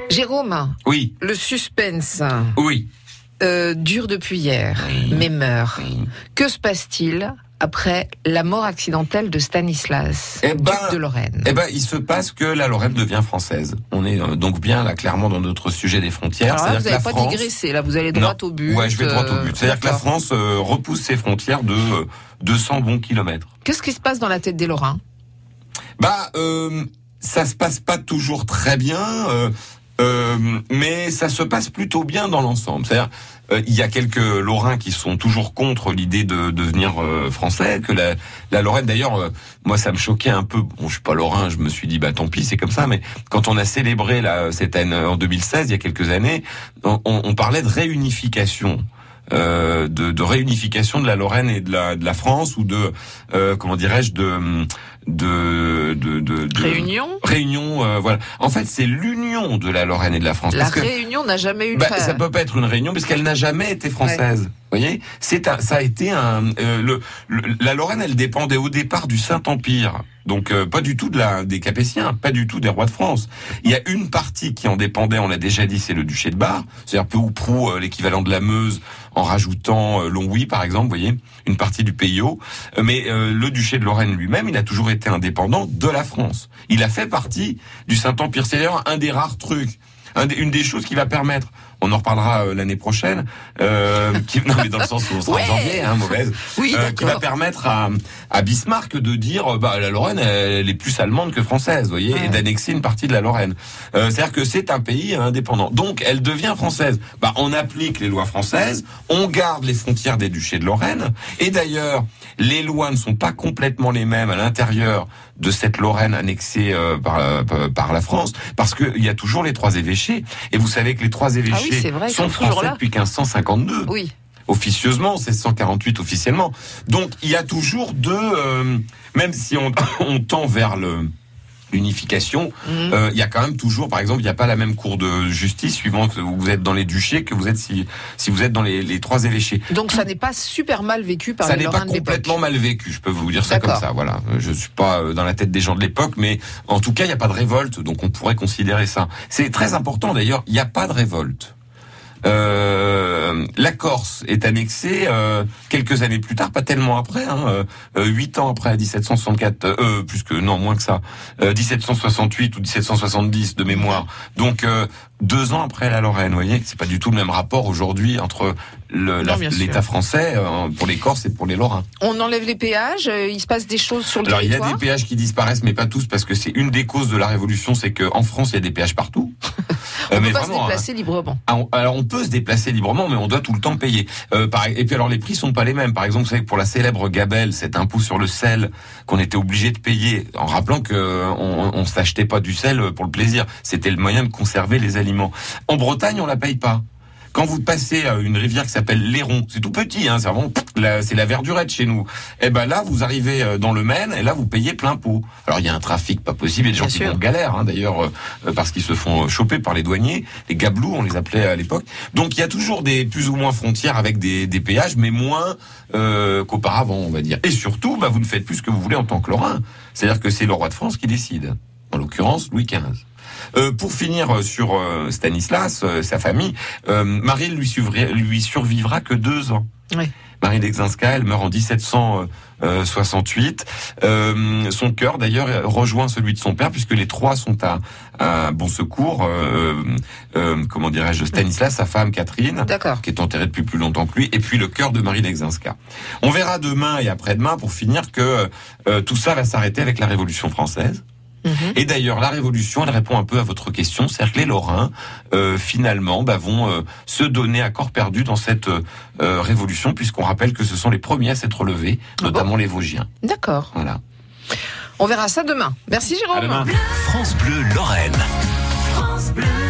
Jérôme, Oui. le suspense Oui. dure depuis hier, mais meurt. Que se passe-t-il après la mort accidentelle de Stanislas, duc de Lorraine? Il se passe que la Lorraine devient française. On est donc bien là clairement dans notre sujet des frontières. Alors là, vous n'allez pas digresser, là vous allez droit au but. Ouais, je vais droit au but. C'est-à-dire que la France repousse ses frontières de 200 bons kilomètres. Qu'est-ce qui se passe dans la tête des Lorrains? Ça se passe pas toujours très bien. Mais ça se passe plutôt bien dans l'ensemble. C'est-à-dire, il y a quelques Lorrains qui sont toujours contre l'idée de devenir français, que la Lorraine, d'ailleurs, moi ça me choquait un peu. Bon, je suis pas Lorrain, je me suis dit tant pis, c'est comme ça. Mais quand on a célébré cette année en 2016, il y a quelques années, on parlait de réunification. De réunification de la Lorraine et de la France, ou de comment dirais-je, de réunion, voilà. En fait, c'est l'union de la Lorraine et de la France. Réunion n'a jamais eu lieu. Ça peut pas être une réunion parce qu'elle n'a jamais été française. Vous voyez, ça a été la Lorraine, elle dépendait au départ du Saint-Empire. Donc pas du tout des Capétiens, pas du tout des rois de France. Il y a une partie qui en dépendait, on l'a déjà dit, c'est le duché de Bar, c'est-à-dire peu ou prou l'équivalent de la Meuse, en rajoutant Longwy par exemple, vous voyez, une partie du Pays Haut. Mais le duché de Lorraine lui-même, il a toujours été indépendant de la France. Il a fait partie du Saint-Empire. C'est d'ailleurs un des rares trucs, une des choses qui va permettre, on en reparlera l'année prochaine, non mais dans le sens où on sera en janvier, mauvaise, qui va permettre à Bismarck de dire la Lorraine elle est plus allemande que française, vous voyez, et d'annexer une partie de la Lorraine. C'est-à-dire que c'est un pays indépendant. Donc elle devient française. On applique les lois françaises, on garde les frontières des duchés de Lorraine, et d'ailleurs les lois ne sont pas complètement les mêmes à l'intérieur de cette Lorraine annexée par la France, parce qu'il y a toujours les trois évêchés, et vous savez que les trois évêchés sont français depuis 1552. Oui. Officieusement, 1648 officiellement. Donc il y a toujours même si on tend vers l'unification, il y a quand même toujours, par exemple, il n'y a pas la même cour de justice suivant que vous êtes dans les duchés que vous êtes si vous êtes dans les trois évêchés. Donc ça n'est pas super mal vécu par les Lorrains de l'époque. Ça n'est pas complètement mal vécu, je peux vous dire ça comme ça, voilà. Je suis pas dans la tête des gens de l'époque, mais en tout cas, il n'y a pas de révolte, donc on pourrait considérer ça. C'est très important d'ailleurs, il n'y a pas de révolte. La Corse est annexée quelques années plus tard, pas tellement après, 8 ans après, 1764, moins que ça, 1768 ou 1770 de mémoire. Donc 2 ans après la Lorraine, vous voyez, c'est pas du tout le même rapport aujourd'hui entre l'État français pour les Corses et pour les Lorrains. On enlève les péages, il se passe des choses sur le territoire. Alors il y a des péages qui disparaissent, mais pas tous, parce que c'est une des causes de la Révolution, c'est qu'en France il y a des péages partout. On peut pas se déplacer librement. Alors on peut se déplacer librement, mais on doit tout le temps payer. Et puis alors les prix sont pas les mêmes. Par exemple, vous savez que pour la célèbre gabelle, cet impôt sur le sel qu'on était obligé de payer, en rappelant que on s'achetait pas du sel pour le plaisir, c'était le moyen de conserver les aliments. En Bretagne, on la paye pas. Quand vous passez une rivière qui s'appelle l'Héron, c'est tout petit, c'est vraiment, c'est la verdurette chez nous. Et là, vous arrivez dans le Maine, et là, vous payez plein pot. Alors, il y a un trafic pas possible, il y a des gens qui vont en galère, d'ailleurs, parce qu'ils se font choper par les douaniers, les gablous, on les appelait à l'époque. Donc, il y a toujours des plus ou moins frontières avec des péages, mais moins qu'auparavant, on va dire. Et surtout, vous ne faites plus ce que vous voulez en tant que Lorrain. C'est-à-dire que c'est le roi de France qui décide. En l'occurrence, Louis XV. Pour finir sur Stanislas, sa famille, Marie lui survivra que 2 ans. Oui. Marie Lexinska, elle meurt en 1768. Son cœur, d'ailleurs, rejoint celui de son père, puisque les trois sont à bon secours. Comment dirais-je, Stanislas, sa femme Catherine, qui est enterrée depuis plus longtemps que lui, et puis le cœur de Marie Lexinska. On verra demain et après-demain, pour finir, que tout ça va s'arrêter avec la Révolution française. Et d'ailleurs, la Révolution, elle répond un peu à votre question, c'est-à-dire que les Lorrains, finalement, vont se donner à corps perdu dans cette Révolution, puisqu'on rappelle que ce sont les premiers à s'être levés, notamment les Vosgiens. D'accord. Voilà. On verra ça demain. Merci Jérôme. À demain. France Bleu Lorraine. France Bleu.